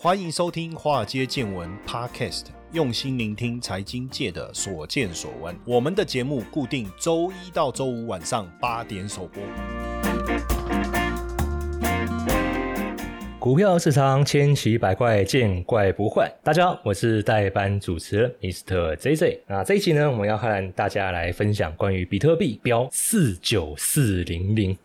欢迎收听华尔街见闻 Podcast， 用心聆听财经界的所见所闻。我们的节目固定周一到周五晚上8点首播。 股票市场千奇百怪，见怪不怪。大家好，我是代班主持人 Mr. JJ。那这一期呢，我们要和大家来分享关于比特币标49400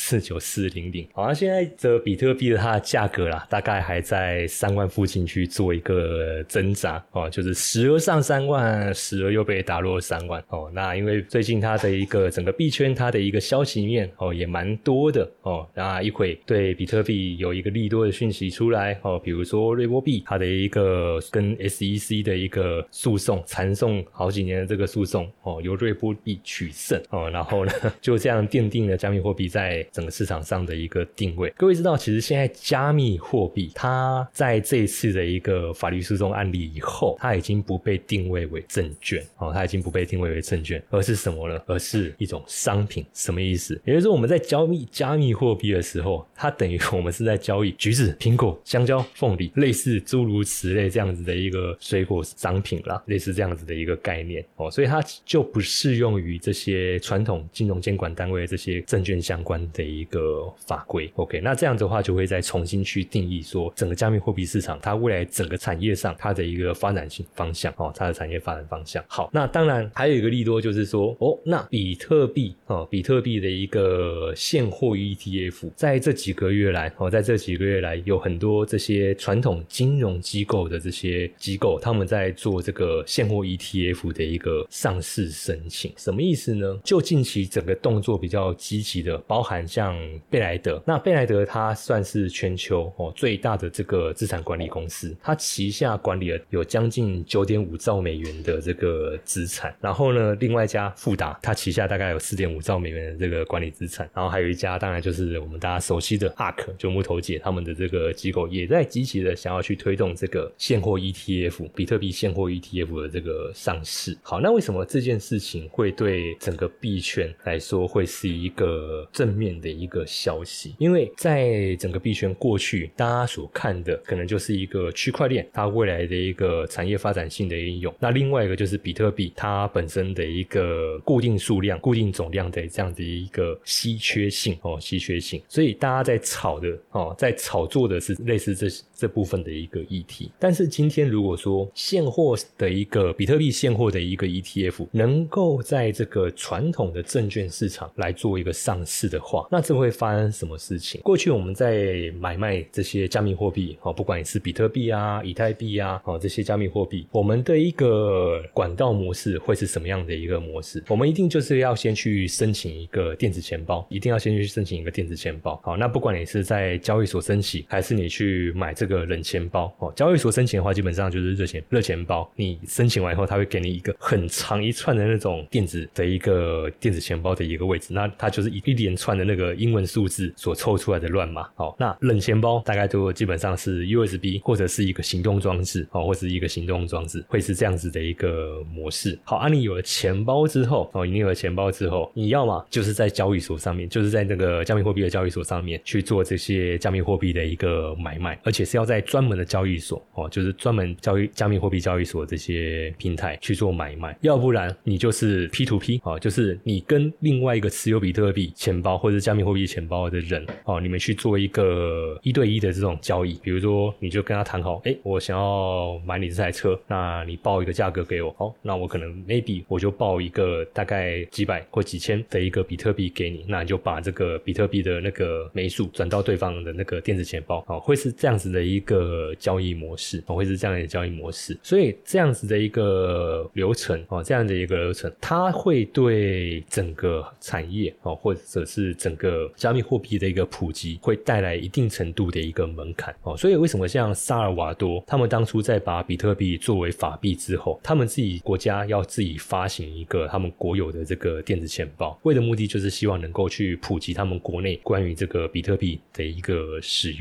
49400。好，那现在的比特币的它的价格啦，大概还在3万附近去做一个挣扎哦，就是时而上3万，时而又被打落3万哦。那因为最近它的一个整个币圈它的一个消息面哦也蛮多的哦，那一会对比特币有一个利多的讯息出来哦，比如说瑞波币它的一个跟 SEC 的一个诉讼，缠讼好几年的这个诉讼哦，由瑞波币取胜哦，然后呢就这样奠定了加密货币在整个市场上的一个定位。各位知道，其实现在加密货币它在这一次的一个法律诉讼案例以后，它已经不被定位为证券哦，它已经不被定位为证券，而是什么呢？而是一种商品。什么意思？也就是说我们在交易加密货币的时候，它等于我们是在交易橘子、苹果、香蕉、凤梨，类似诸如此类这样子的一个水果商品啦，类似这样子的一个概念哦，所以它就不适用于这些传统金融监管单位这些证券相关的一个法规。OK， 那这样子的话就会再重新去定义说整个加密货币市场它未来整个产业上它的一个发展性方向哦，它的产业发展方向。好，那当然还有一个利多就是说哦，那比特币的一个现货 ETF 在这几个月来有很多这些传统金融机构的这些机构，他们在做这个现货 ETF 的一个上市申请。什么意思呢？就近期整个动作比较积极的，包含像贝莱德，那贝莱德它算是全球最大的这个资产管理公司，它旗下管理了有将近 9.5 兆美元的这个资产，然后呢另外一家富达，它旗下大概有 4.5 兆美元的这个管理资产，然后还有一家当然就是我们大家熟悉的 ARK， 就木头姐他们的这个机构也在积极的想要去推动这个现货 ETF 比特币现货 ETF 的这个上市。好，那为什么这件事情会对整个币圈来说会是一个正面的一个消息？因为在整个币圈过去大家所看的可能就是一个区块链它未来的一个产业发展性的应用，那另外一个就是比特币它本身的一个固定数量固定总量的这样的一个稀缺性，所以大家在炒作的是类似这部分的一个议题。但是今天如果说现货的一个比特币现货的一个 ETF 能够在这个传统的证券市场来做一个上市的话，那这会发生什么事情？过去我们在买卖这些加密货币不管你是比特币啊、以太币啊这些加密货币，我们的一个管道模式会是什么样的一个模式？我们一定就是要先去申请一个电子钱包，好，那不管你是在交易所申请还是你去买这个冷钱包交易所申请的话基本上就是热钱包，你申请完以后它会给你一个很长一串的那种电子钱包的一个位置，那它就是一连串的那个英文数字所凑出来的乱码。好，那冷钱包大概都基本上是 USB 或者是一个行动装置会是这样子的一个模式。好，你有了钱包之后你要嘛就是在交易所上面，就是在那个加密货币的交易所上面去做这些加密货币的一个买卖，而且是要在专门的交易所就是专门加密货币交易所这些平台去做买卖，要不然你就是 P2P 就是你跟另外一个持有比特币钱包或者加密货币钱包的人你们去做一个1对1的这种交易。比如说你就跟他谈好我想要买你这台车，那你报一个价格给我，那我可能 maybe 我就报一个大概几百或几千的一个比特币给你，那你就把这个比特币的那个枚数转到对方的那个电子钱包会是这样子的一个交易模式所以这样子的一个流程它会对整个产业或者是整个加密货币的一个普及会带来一定程度的一个门槛所以为什么像萨尔瓦多他们当初在把比特币作为法币之后，他们自己国家要自己发行一个他们国有的这个电子钱包，为的目的就是希望能够去普及他们国内关于这个比特币的一个使用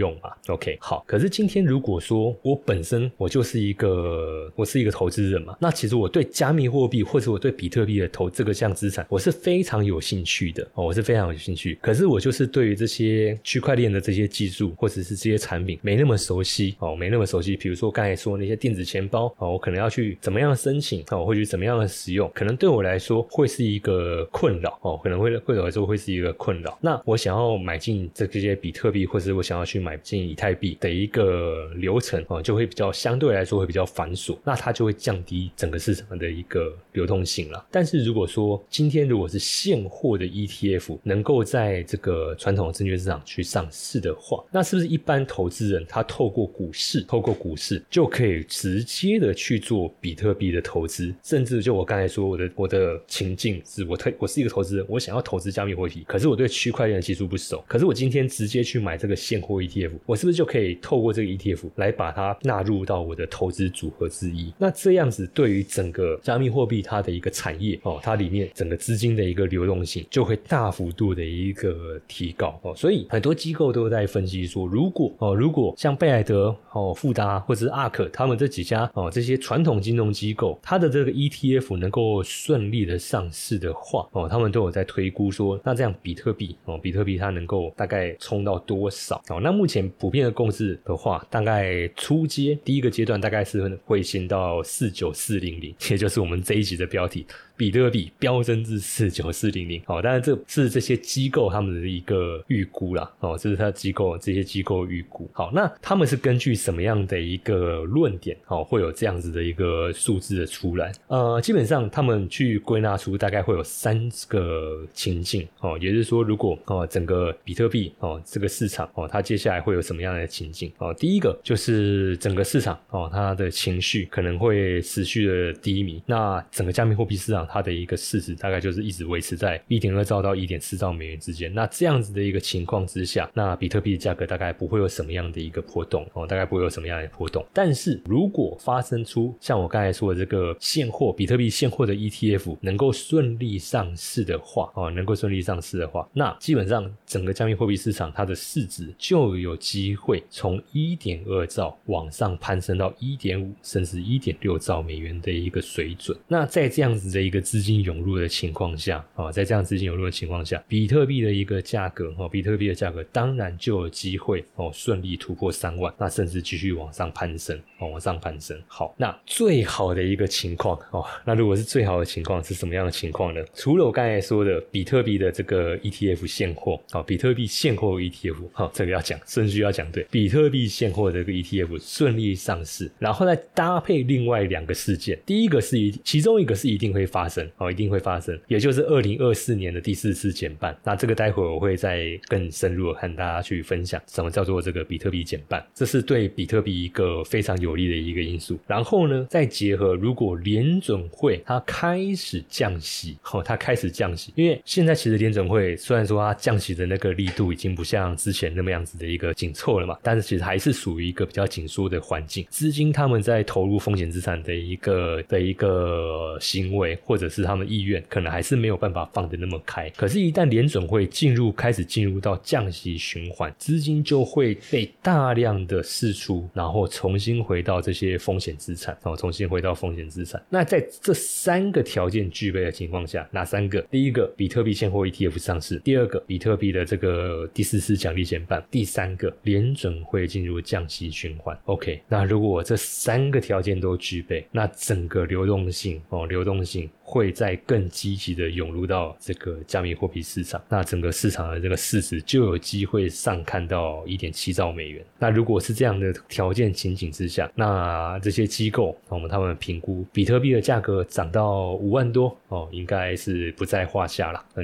用嘛。 OK， 好，可是今天如果说我本身我是一个投资人嘛，那其实我对加密货币或者我对比特币的这个项资产我是非常有兴趣的我是非常有兴趣，可是我就是对于这些区块链的这些技术或者是这些产品没那么熟悉没那么熟悉。比如说刚才说那些电子钱包我可能要去怎么样申请或者怎么样的使用，可能对我来说会是一个困扰可能会对我来说会是一个困扰。那我想要买进这些比特币或者我想要去买进以太币的一个流程就会比较相对来说会比较繁琐，那它就会降低整个市场的一个流动性啦。但是如果说今天如果是现货的 ETF 能够在这个传统证券市场去上市的话，那是不是一般投资人他透过股市就可以直接的去做比特币的投资？甚至就我刚才说我的情境是我是一个投资人，我想要投资加密货币，可是我对区块链的技术不熟，可是我今天直接去买这个现货 ETF， 我是不是就可以透过这个 ETF 来把它纳入到我的投资组合之一？那这样子对于整个加密货币它的一个产业它里面整个资金的一个流动性就会大幅度的一个提高所以很多机构都在分析说，如果像贝莱德富达或者是 ARK 他们这几家这些传统金融机构它的这个 ETF 能够顺利的上市的话他们都有在推估说，那这样比特币它能够大概冲到多少那目前普遍的共识的话，大概初阶第一个阶段大概是会先到49400，也就是我们这一集的标题，比特币飙升至49400当然这是这些机构他们的一个预估啦这是这些机构预估。好，那他们是根据什么样的一个论点会有这样子的一个数字的出来？基本上他们去归纳出大概会有3个情境也就是说，如果整个比特币这个市场它接下来会有什么样的情境第一个就是整个市场它的情绪可能会持续的低迷，那整个加密货币市场它的一个市值大概就是一直维持在 1.2 兆到 1.4 兆美元之间。那这样子的一个情况之下，那比特币的价格大概不会有什么样的一个波动大概不会有什么样的波动。但是如果发生出像我刚才说的这个比特币现货的 ETF 能够顺利上市的话那基本上整个加密货币市场它的市值就有机会从 1.2 兆往上攀升到 1.5 甚至 1.6 兆美元的一个水准。那在这样子的一个资金涌入的情况下比特币的一个价格当然就有机会顺利突破3万，那甚至继续往上攀升。好，那最好的一个情况那如果是最好的情况是什么样的情况呢？除了我刚才说的比特币的这个 ETF 现货比特币现货 ETF 这个要讲顺序要讲对，比特币现货的这个 ETF 顺利上市，然后再搭配另外2个事件，其中一个是一定会发生也就是2024年的第4次减半。那这个待会我会再更深入的和大家去分享什么叫做这个比特币减半，这是对比特币一个非常有利的一个因素。然后呢，再结合如果联准会它开始降息因为现在其实联准会虽然说它降息的那个力度已经不像之前那么样子的一个紧凑了嘛，但是其实还是属于一个比较紧缩的环境，资金他们在投入风险资产的一个行为或者是他们意愿可能还是没有办法放得那么开。可是一旦联准会开始进入到降息循环，资金就会被大量的释出，然后重新回到这些风险资产那在这3个条件具备的情况下，哪3个？第一个，比特币现货 ETF 上市；第二个，比特币的这个第4次奖励减半；第3个，联准会进入降息循环。 OK， 那如果这3个条件都具备，那整个流动性会再更积极的涌入到这个加密货币市场，那整个市场的这个市值就有机会上看到 1.7 兆美元。那如果是这样的条件情景之下，那这些机构他们评估比特币的价格涨到5万多应该是不在话下了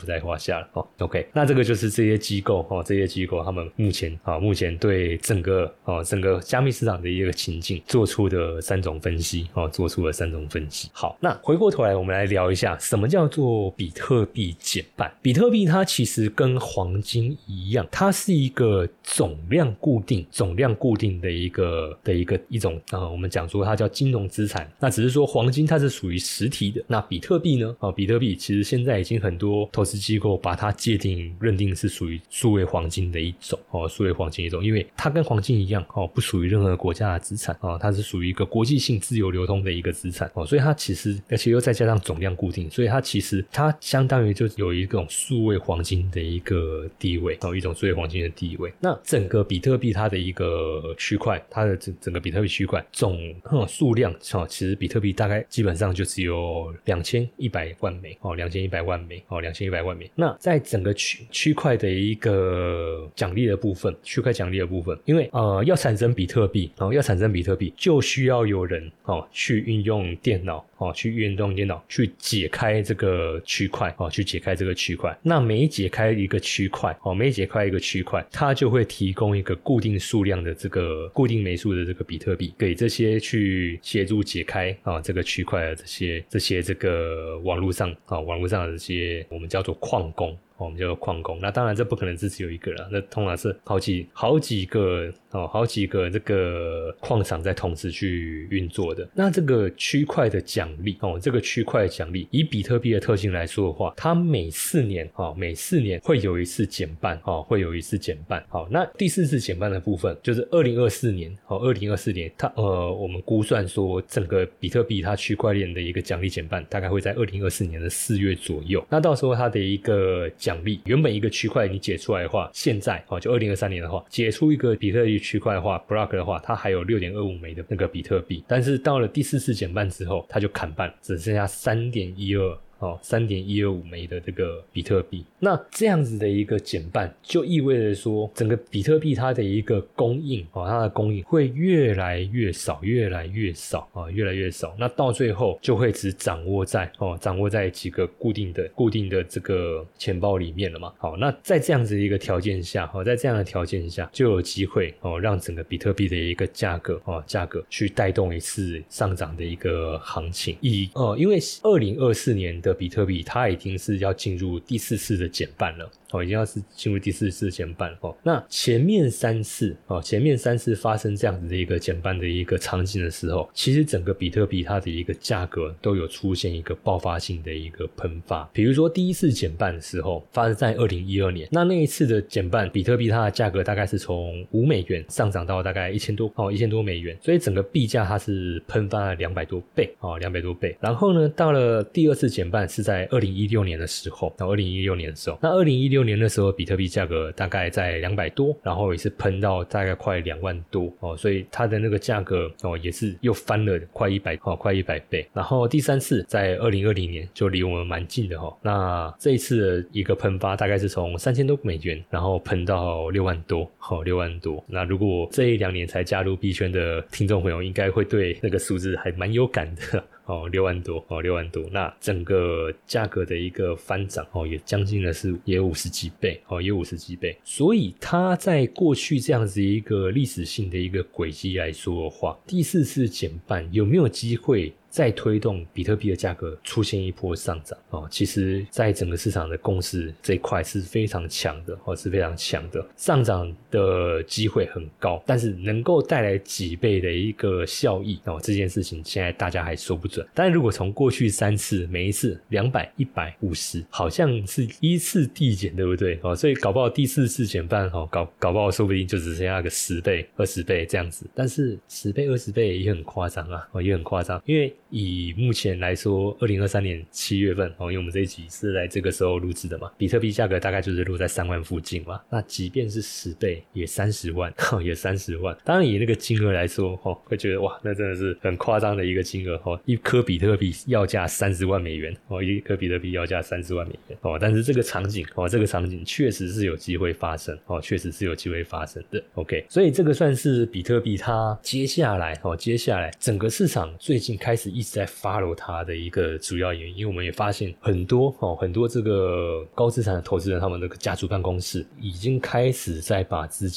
OK， 那这个就是这些机构他们目前对整个加密市场的一个情境做出的3种分析好，那回过头来我们来聊一下什么叫做比特币减半。比特币它其实跟黄金一样，它是一个总量固定的一种我们讲说它叫金融资产。那只是说黄金它是属于实体的，那比特币呢？比特币其实现在已经很多投资机构把它认定是属于数位黄金的一种数位黄金一种，因为它跟黄金一样不属于任何国家的资产它是属于一个国际性自由流通的一个资产所以它其实而且又再加上总量固定，所以它其实它相当于就有一种数位黄金的一个地位一种数位黄金的地位。那整个比特币它的一个区块，它的整个比特币区块总数量其实比特币大概基本上就只有2100万枚2100万枚2100万枚。那在整个区块的一个奖励的部分，区块奖励的部分，因为要产生比特币就需要有人去运用电脑去解开这个区块那每解开一个区块它就会提供一个固定数量的这个固定枚数的这个比特币给这些去协助解开这个区块的这些这个网络上的这些我们叫做矿工我们叫做矿工。那当然这不可能是只有一个啦，那通常是好几个这个矿场在同时去运作的。那这个区块的奖励以比特币的特性来说的话，它每4年会有一次减半好，那第4次减半的部分就是2024年它我们估算说整个比特币它区块链的一个奖励减半大概会在2024年的4月左右。那到时候它的一个奖励，原本一个区块你解出来的话，现在就2023年的话，解出一个比特币区块的话 block 的话，它还有 6.25 枚的那个比特币，但是到了第4次减半之后，它就砍半，只剩下 3.125 枚的这个比特币。那这样子的一个减半就意味着说整个比特币它的一个供应会越来越少，那到最后就会只掌握在几个固定的这个钱包里面了嘛。好，那在这样子的一个条件下就有机会让整个比特币的一个价格去带动一次上涨的一个行情。因为2024年的比特币它已经是要进入第4次的减半了已经要是进入第4次减半那前面三次发生这样子的一个减半的一个场景的时候，其实整个比特币它的一个价格都有出现一个爆发性的一个喷发。比如说第1次减半的时候发生在2012年，那一次的减半，比特币它的价格大概是从5美元上涨到大概1000多美元，所以整个币价它是喷发了200多倍。然后呢，到了第2次减半是在2016年的时候，那2016年的时候比特币价格大概在200多，然后也是喷到大概快2万多所以它的那个价格也是又翻了快100倍。然后第3次在2020年就离我们蛮近的那这一次的一个喷发大概是从3000多美元然后喷到6万多。那如果这1-2年才加入币圈的听众朋友应该会对那个数字还蛮有感的6万多，那整个价格的一个翻涨也将近的是也50几倍，所以它在过去这样子一个历史性的一个轨迹来说的话，第4次减半有没有机会再推动比特币的价格出现一波上涨其实在整个市场的共识这一块是非常强的上涨的机会很高，但是能够带来几倍的一个效益这件事情现在大家还说不准。但如果从过去3次每一次200、100、50好像是依次递减，对不对所以搞不好第4次减半搞不好说不定就只剩下个10倍、20倍这样子，但是10倍、20倍也很夸张因为以目前来说2023年7月份因为我们这一集是在这个时候录制的嘛，比特币价格大概就是落在3万附近嘛，那即便是10倍也30万当然以那个金额来说会觉得哇那真的是很夸张的一个金额一颗比特币要价30万美元一颗比特币要价30万美元但是这个场景确实是有机会发生的 OK， 所以这个算是比特币它接下来整个市场最近开始一直在 follow 它的一个主要原因，因为我们也发现很多这个高资产的投资人他们的家族办公室已经开始在把资金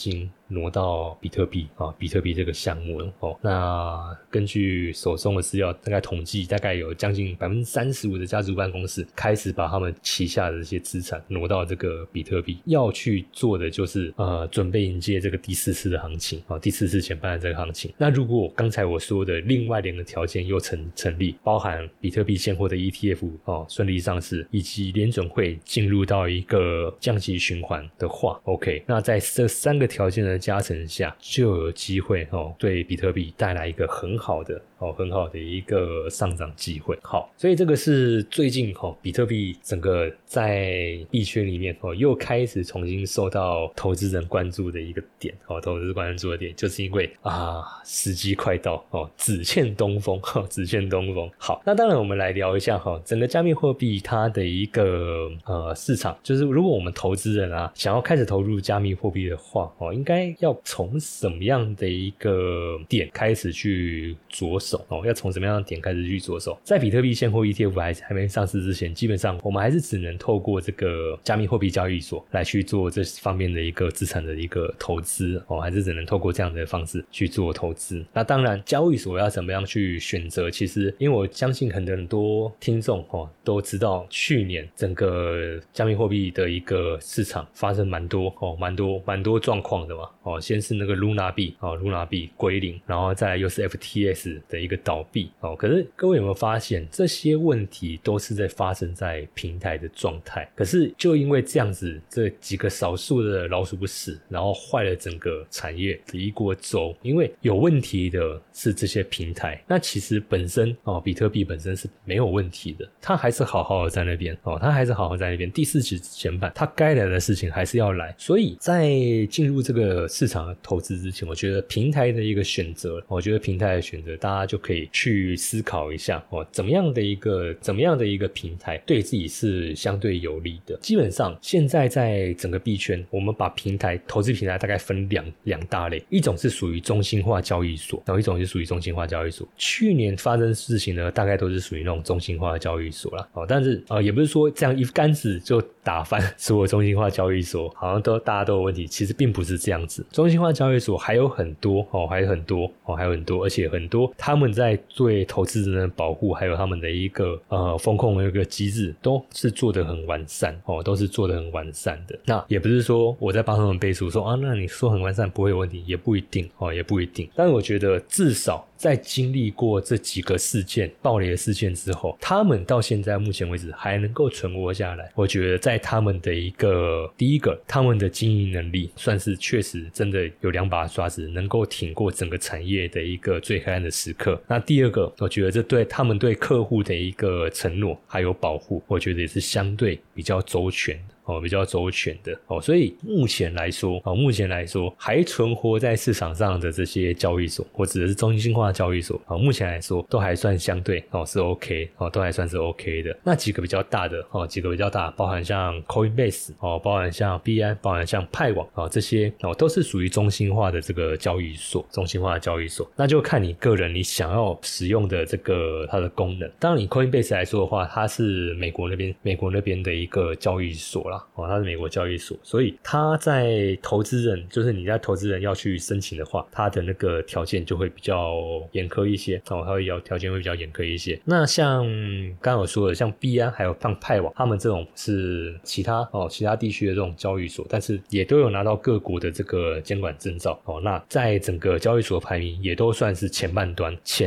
挪到比特币比特币这个项目了那根据手中的资料，大概统计大概有将近 35% 的家族办公室开始把他们旗下的这些资产挪到这个比特币，要去做的就是准备迎接这个第4次的行情第4次减半的这个行情。那如果刚才我说的另外2个条件又成立，包含比特币现货的 ETF 顺利上市，以及联准会进入到一个降息循环的话 OK， 那在这3个条件的加成下，就有机会对比特币带来一个很好的一个上涨机会。好，所以这个是最近比特币整个在币圈里面又开始重新受到投资人关注的一个点投资关注的点，就是因为时机快到只欠东风只欠东风。好，那当然我们来聊一下整个加密货币它的一个市场，就是如果我们投资人想要开始投入加密货币的话应该要从什么样的一个点开始去着手要从什么样的点开始去着手。在比特币现货 ETF 还没上市之前，基本上我们还是只能透过这个加密货币交易所来去做这方面的一个资产的一个投资还是只能透过这样的方式去做投资。那当然交易所要怎么样去选择，其实因为我相信很多听众都知道，去年整个加密货币的一个市场发生蛮多状况的嘛先是那个 Luna 币归零，然后再来又是 FTX 的一个倒闭可是各位有没有发现，这些问题都是在发生在平台的状态，可是就因为这样子，这几个少数的老鼠不死，然后坏了整个产业的一锅粥。因为有问题的是这些平台，那其实本身比特币本身是没有问题的，它还是好好的在那边它还是好好在那边，第4次减半它该来的事情还是要来。所以在进入这个市场的投资之前，我觉得平台的一个选择大家就可以去思考一下怎么样的一个平台对自己是相对有利的。基本上现在在整个币圈，我们把投资平台大概分两大类，一种是属于中心化交易所，然后一种是属于中心化交易所。去年发生事情呢，大概都是属于那种中心化的交易所啦但是也不是说这样一竿子就打翻所有中心化交易所好像大家都有问题，其实并不是这样子。中心化交易所还有很多而且很多他们在对投资人的保护，还有他们的一个风控的一个机制都是做得很完善的。那也不是说我在帮他们背书说那你说很完善不会有问题，也不一定但是我觉得至少在经历过这几个暴雷的事件之后，他们到现在目前为止还能够存活下来，我觉得在他们的一个第一个，他们的经营能力算是确实真的有2把刷子，能够挺过整个产业的一个最黑暗的时刻。那第二个，我觉得这对他们对客户的一个承诺还有保护，我觉得也是相对比较周全的所以目前来说还存活在市场上的这些交易所，或者是中心化交易所目前来说都还算相对是 OK 都还算是 OK 的。那几个比较大的包含像 Coinbase 包含像币安，包含像派网这些都是属于中心化的这个交易所，那就看你个人你想要使用的这个它的功能。当然以 Coinbase 来说的话，它是美国那边的一个交易所啦它是美国交易所，所以它在投资人，就是你在投资人要去申请的话，它的那个条件就会比较严苛一些它会条件会比较严苛一些。那像刚刚有说的像币安还有像派网，他们这种是其他地区的这种交易所，但是也都有拿到各国的这个监管证照那在整个交易所排名也都算是前段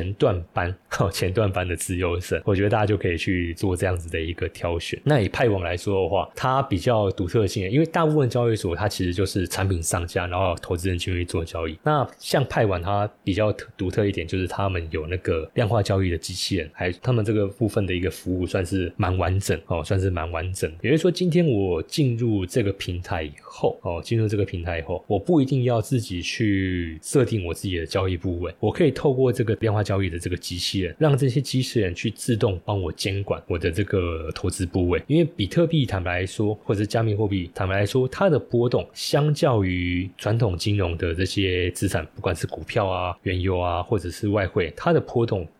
班的资优生，我觉得大家就可以去做这样子的一个挑选。那以派网来说的话，它比较独特性，因为大部分交易所它其实就是产品上架，然后投资人进去做交易。那像派网它比较独特一点，就是他们有那个量化交易的机器人，还他们这个部分的一个服务算是蛮完整也就是说今天我进入这个平台以后我不一定要自己去设定我自己的交易部位，我可以透过这个量化交易的这个机器人，让这些机器人去自动帮我监管我的这个投资部位。因为比特币坦白来说，或者加密货币坦白来说，它的波动相较于传统金融的这些资产，不管是股票原油或者是外汇，它的波动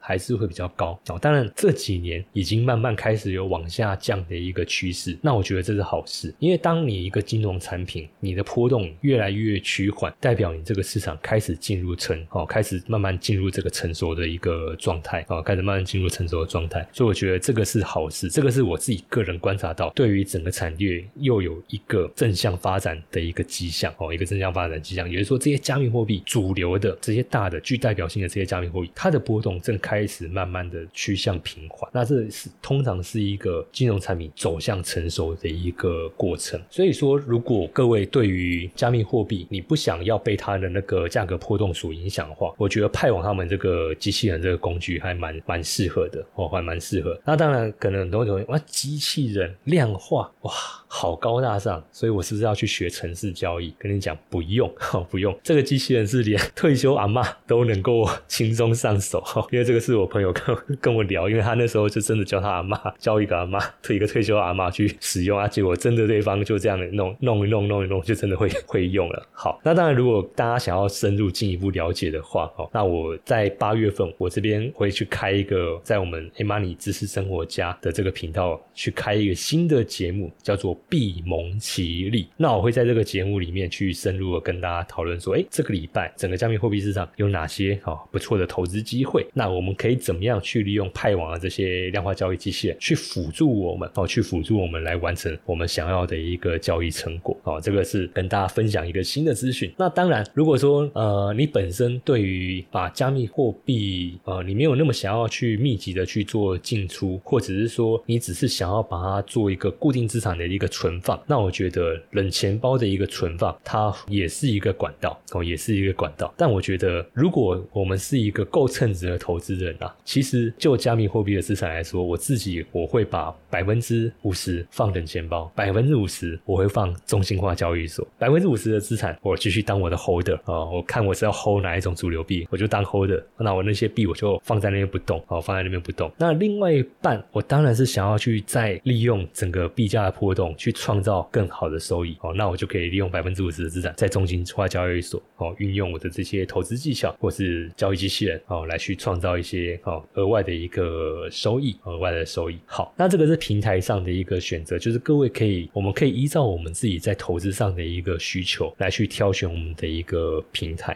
还是会比较高当然这几年已经慢慢开始有往下降的一个趋势，那我觉得这是好事，因为当你一个金融产品你的波动越来越趋缓，代表你这个市场开始进入开始慢慢进入这个成熟的一个状态开始慢慢进入成熟的状态，所以我觉得这个是好事，这个是我自己个人观察到对于整个产业又有一个正向发展的一个迹象一个正向发展迹象，也就是说这些加密货币主流的这些大的具代表性的这些加密货币，它的波动正开始慢慢的趋向平缓，那这是通常是一个金融产品走向成熟的一个过程。所以说如果各位对于加密货币你不想要被它的那个价格波动所影响的话，我觉得派网他们这个机器人这个工具还蛮适合的还蛮适合。那当然可能很多人哇，机器人量化哇好高大上，所以我是不是要去学程式交易？跟你讲不用不用，这个机器人是连退休阿嬷都能够轻松上手因为这个是我朋友跟我聊，因为他那时候就真的教他阿嬷，教一个阿嬷一个退休阿嬷去使用结果真的对方就这样弄一弄就真的会用了。好，那当然如果大家想要深入进一步了解的话那我在8月份我这边会去开一个在我们 Money 知识生活家的这个频道去开一个新的节目，叫做闭蒙奇力。那我会在这个节目里面去深入的跟大家讨论说这个礼拜整个加密货币市场有哪些不错的投资机会，那我们可以怎么样去利用派网的这些量化交易机器人去辅助我们来完成我们想要的一个交易成果这个是跟大家分享一个新的资讯。那当然如果说你本身对于加密货币你没有那么想要去密集的去做进出，或者是说你只是想要把它做一个固定资产的一个存放，那我觉得冷钱包的一个存放它也是一个管道但我觉得如果我们是一个够称职的投资人其实就加密货币的资产来说，我会把 50% 放冷钱包， 50% 我会放中心化交易所， 50% 的资产我继续当我的 holder 我看我是要 hold 哪一种主流币我就当 holder， 那我那些币我就放在那边不动那另外一半我当然是想要去再利用整个币价的波动去创造更好的收益那我就可以利用 50% 的资产在中心化交易所运用我的这些投资技巧或是交易机器人来去创造一些额外的一个收益好，那这个是平台上的一个选择，就是我们可以依照我们自己在投资上的一个需求来去挑选我们的一个平台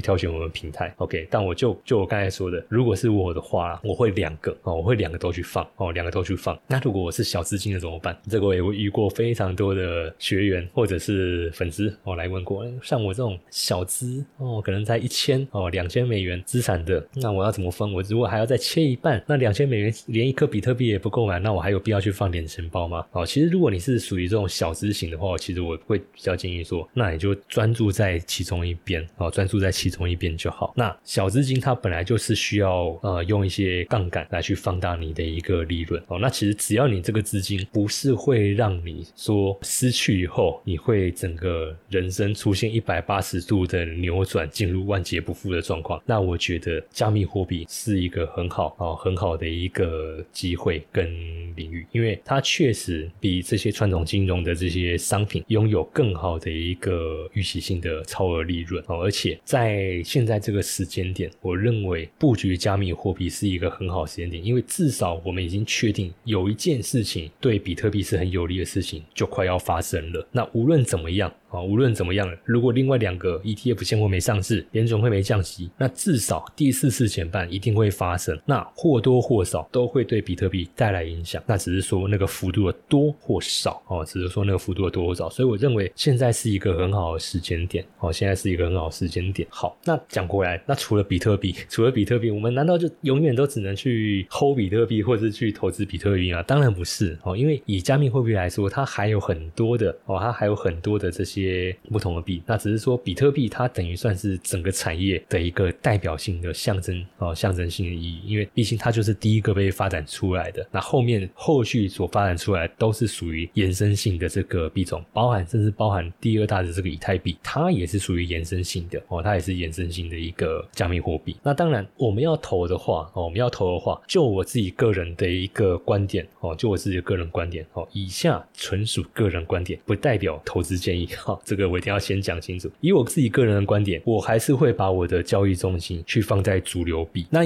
OK， 但我就我刚才说的，如果是我的话我会两个都去放那如果我是小资金的怎么办？这个我也会遇过非常多的学员或者是粉丝来问过，像我这种小资可能才1000 2000美元资产的，那我要怎么分？我如果还要再切一半，那2000美元连一颗比特币也不够买，那我还有必要去放点钱包吗？其实如果你是属于这种小资型的话，其实我会比较建议说，那你就专注在其中一边就好。那小资金它本来就是需要用一些杠杆来去放大你的一个利润那其实只要你这个资金不是会让你说失去以后你会整个人生出现180度的扭转，进入万劫不复的状况，那我觉得加密货币是一个很好的一个机会跟领域，因为它确实比这些传统金融的这些商品拥有更好的一个预期性的超额利润而且在现在这个时间点，我认为布局加密货币是一个很好的时间点，因为至少我们已经确定有一件事情对比特币是很有利的事情就快要发生了。那无论怎么样，如果另外2个 ETF 现货没上市，联准会没降息，那至少第4次减半一定会发生，那或多或少都会对比特币带来影响，那只是说那个幅度的多或少所以我认为现在是一个很好的时间点好，那讲过来，那除了比特币我们难道就永远都只能去 hold 比特币或是去投资比特币吗？当然不是因为以加密货币来说，它还有很多的这些不同的币，那只是说比特币它等于算是整个产业的一个代表性的象征性的意义，因为毕竟它就是第一个被发展出来的，那后续所发展出来都是属于延伸性的这个币种，甚至包含第2大的这个以太币，它也是属于延伸性的它也是延伸性的一个加密货币。那当然我们要投的话就我自己个人的一个观点以下纯属个人观点，不代表投资建议这个我一定要先讲清楚。以我自己个人的观点，我还是会把我的交易重心去放在主流币，那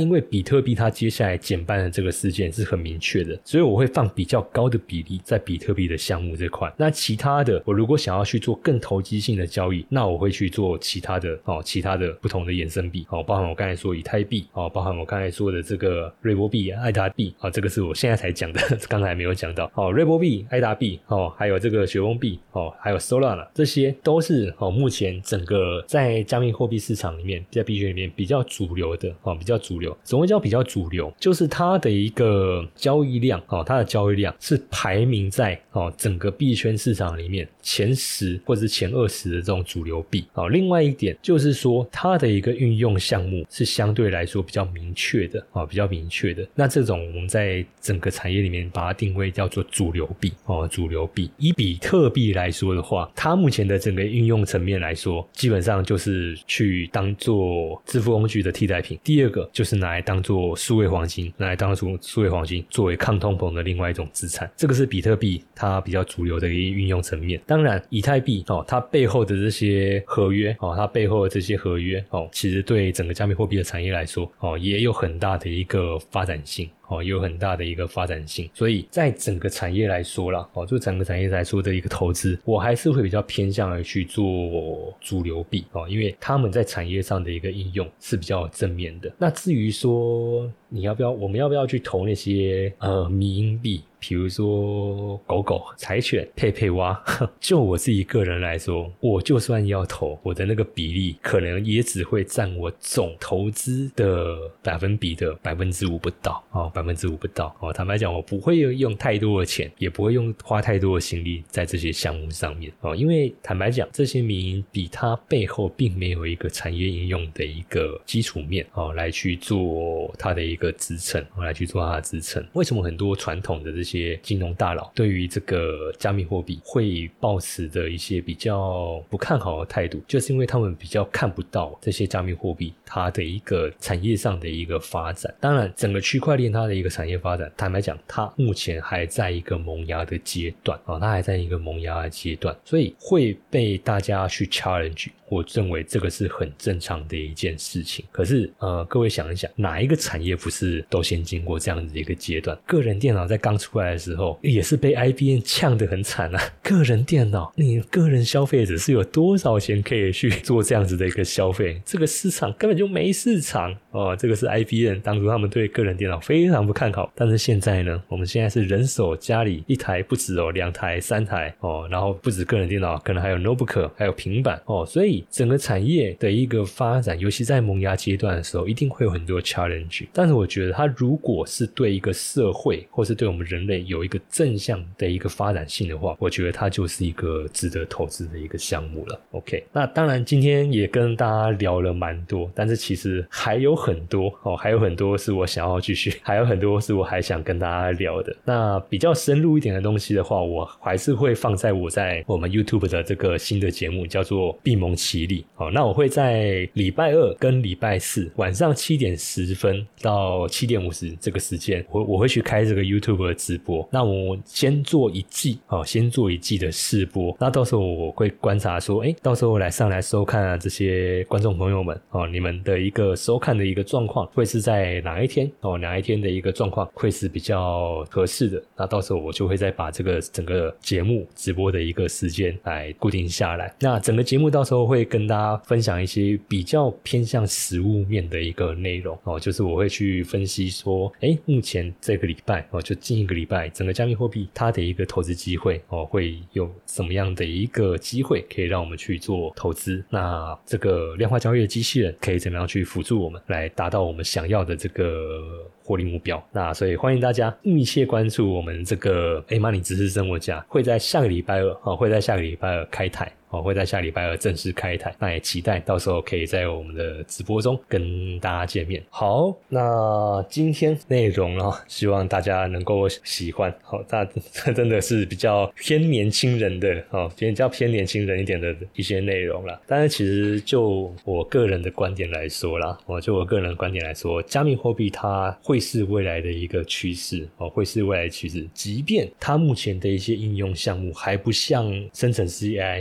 因为比特币它接下来减半的这个事件是很明确的，所以我会放比较高的比例在比特币的项目这块。那其他的我如果想要去做更投机性的交易，那我会去做其他的不同的衍生币，包含我刚才说以太币，包含我刚才说的这个瑞波币、爱达币，这个是我现在才讲的，刚才没有讲到。瑞波币、爱达币，还有这个雪峰币，还有 Solana， 这些都是目前整个在加密货币市场里面，在币圈里面比较主流的，比较主流。什么叫比较主流？就是它的一个交易量，它的交易量是排名在整个币圈市场里面前10或者是前20的这种主流币。另外一点就是说，它的一个运用项目是相对来说比较明确的，那这种我们在整个产业里面把它定位叫做主流币，主流币。以比特币来说的话，它目前的整个运用层面来说，基本上就是去当做支付工具的替代品。第二个就是拿来当做数位黄金，作为抗通膨的另外一种资产。这个是比特币它比较主流的一个运用层面。当然以太币它背后的这些合约其实对整个加密货币的产业来说也有很大的一个发展性。所以在整个产业来说啦，就整个产业来说的一个投资，我还是会比较偏向于去做主流币，因为他们在产业上的一个应用是比较正面的。那至于说我们要不要去投那些迷因币，比如说狗狗、柴犬、佩蛙，就我自己个人来说，我就算要投，我的那个比例可能也只会占我总投资的百分比的 5% 不到，5%不到。坦白讲，我不会用太多的钱，也不会花太多的心力在这些项目上面，因为坦白讲，这些迷因币它背后并没有一个产业应用的一个基础面来去做它的一个支撑，为什么很多传统的这些金融大佬对于这个加密货币会抱持的一些比较不看好的态度，就是因为他们比较看不到这些加密货币它的一个产业上的一个发展。当然整个区块链它的一个产业发展，坦白讲它目前还在一个萌芽的阶段，所以会被大家去 challenge， 我认为这个是很正常的一件事情。可是各位想一想，哪一个产业不是都先经过这样子的一个阶段？个人电脑在刚出来的时候也是被 IBM 呛得很惨啊。个人电脑，你个人消费者是有多少钱可以去做这样子的一个消费？这个市场根本就没市场这个是 IBM 当初他们对个人电脑非常不看好。但是现在呢，我们现在是人手家里一台不止2台3台然后不止个人电脑，可能还有 notebook 还有平板所以整个产业的一个发展，尤其在萌芽阶段的时候，一定会有很多 challenge。 但是我觉得它如果是对一个社会或是对我们人类有一个正向的一个发展性的话，我觉得它就是一个值得投资的一个项目了。 OK， 那当然今天也跟大家聊了蛮多，但是其实还有很多是我想要继续，还有很多是我还想跟大家聊的。那比较深入一点的东西的话，我还是会放在我们 YouTube 的这个新的节目，叫做闭蒙奇力。那我会在礼拜2跟礼拜4晚上7点10分到7点50这个时间，我会去开这个 YouTube 的直播。那我先做一季的试播，那到时候我会观察说到时候上来收看这些观众朋友们你们的一个收看的一个状况会是在哪一天的一个状况会是比较合适的。那到时候我就会再把这个整个节目直播的一个时间来固定下来。那整个节目到时候会跟大家分享一些比较偏向实务面的一个内容就是我会去分析说目前这个礼拜就近一个礼拜整个加密货币它的一个投资机会会有什么样的一个机会可以让我们去做投资，那这个量化交易的机器人可以怎么样去辅助我们来达到我们想要的这个获利目标。那所以欢迎大家密切关注我们这个Money 知识生活家会在下个礼拜二开台会在下礼拜2正式开台，那也期待到时候可以在我们的直播中跟大家见面。好，那今天内容希望大家能够喜欢。这真的是比较偏年轻人的比较偏年轻人一点的一些内容啦。但是其实就我个人的观点来说加密货币它会是未来的一个趋势即便它目前的一些应用项目还不像生成式 AI 那么的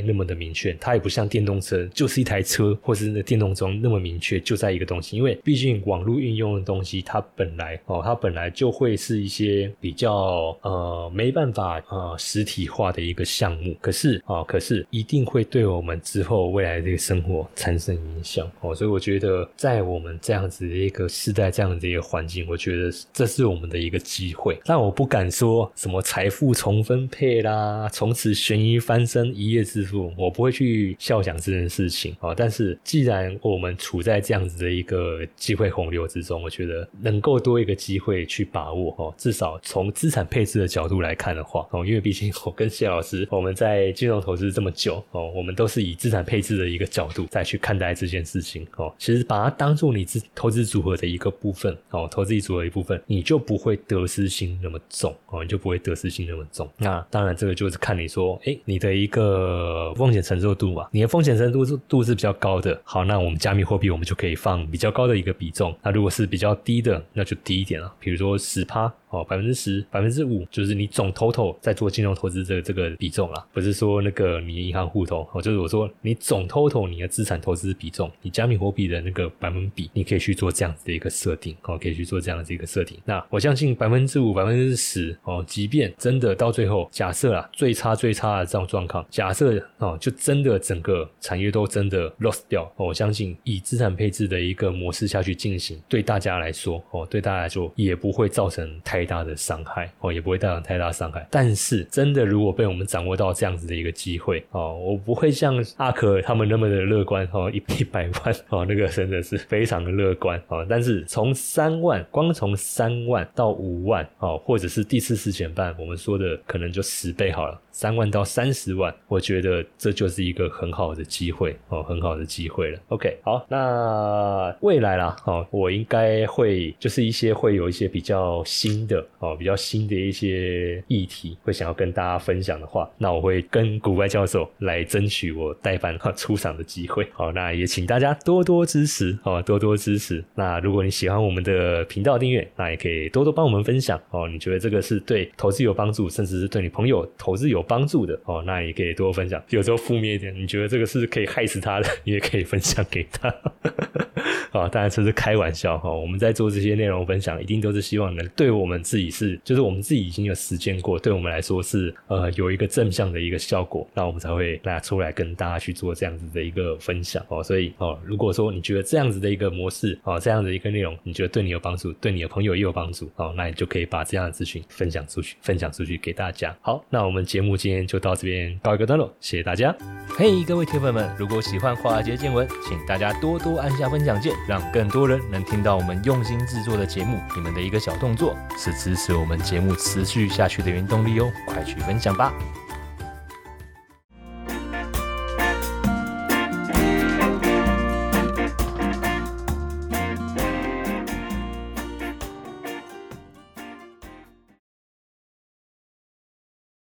明确，它也不像电动车就是一台车或是电动装那么明确就在一个东西，因为毕竟网络运用的东西它本来就会是一些比较没办法实体化的一个项目，可是一定会对我们之后未来的这个生活产生影响所以我觉得在我们这样子的一个世代，这样子的一个环境，我觉得这是我们的一个机会。但我不敢说什么财富重分配啦，从此悬疑翻身一夜致富，我不会去笑想这件事情但是既然我们处在这样子的一个机会洪流之中，我觉得能够多一个机会去把握至少从资产配置的角度来看的话因为毕竟我跟谢老师我们在金融投资这么久我们都是以资产配置的一个角度再去看待这件事情其实把它当作你投资组合的一个部分投资组合的一部分，你就不会得失心那么重那当然这个就是看你说你的一个风险承受度嘛，你的风险承受度是比较高的，好，那我们加密货币我们就可以放比较高的一个比重，那如果是比较低的那就低一点比如说 10%10%、5%，就是你总 total 在做金融投资这个比重啦，不是说那个你银行户头就是我说你总 total 你的资产投资比重，你加密货币的那个百分比，你可以去做这样子的一个设定可以去做这样子的一个设定。那我相信 5%、10%即便真的到最后假设啦最差的这种状况，假设就真的整个产业都真的 lost 掉我相信以资产配置的一个模式下去进行，对大家来说也不会造成太大的伤害也不会造成太大的伤害。但是真的如果被我们掌握到这样子的一个机会我不会像阿可他们那么的乐观100万那个真的是非常的乐观但是从3万，光从3万到5万或者是第4次减半，我们说的可能就10倍好了，3万到30万，我觉得这就是一个很好的机会很好的机会了。 OK 好，那未来啦我应该会就是会有一些比较新的一些议题会想要跟大家分享的话，那我会跟古怪教授来争取我代班出场的机会那也请大家多多支持多多支持。那如果你喜欢我们的频道订阅，那也可以多多帮我们分享你觉得这个是对投资有帮助，甚至是对你朋友投资有帮助的那也可以多多分享。有时候负面一点，你觉得这个是可以害死他的，你也可以分享给他当然这是开玩笑我们在做这些内容分享一定都是希望能对我们自己就是我们自己已经有实践过，对我们来说是有一个正向的一个效果，那我们才会拿出来跟大家去做这样子的一个分享所以如果说你觉得这样子的一个模式这样子的一个内容你觉得对你有帮助，对你的朋友也有帮助那你就可以把这样的资讯分享出去给大家。好，那我们节目今天就到这边告一个段落，谢谢大家。 嘿，各位铁粉们，如果喜欢华尔街见闻，请大家多多按下分享键，让更多人能听到我们用心制作的节目。你们的一个小动作是支持我们节目持续下去的原动力快去分享吧。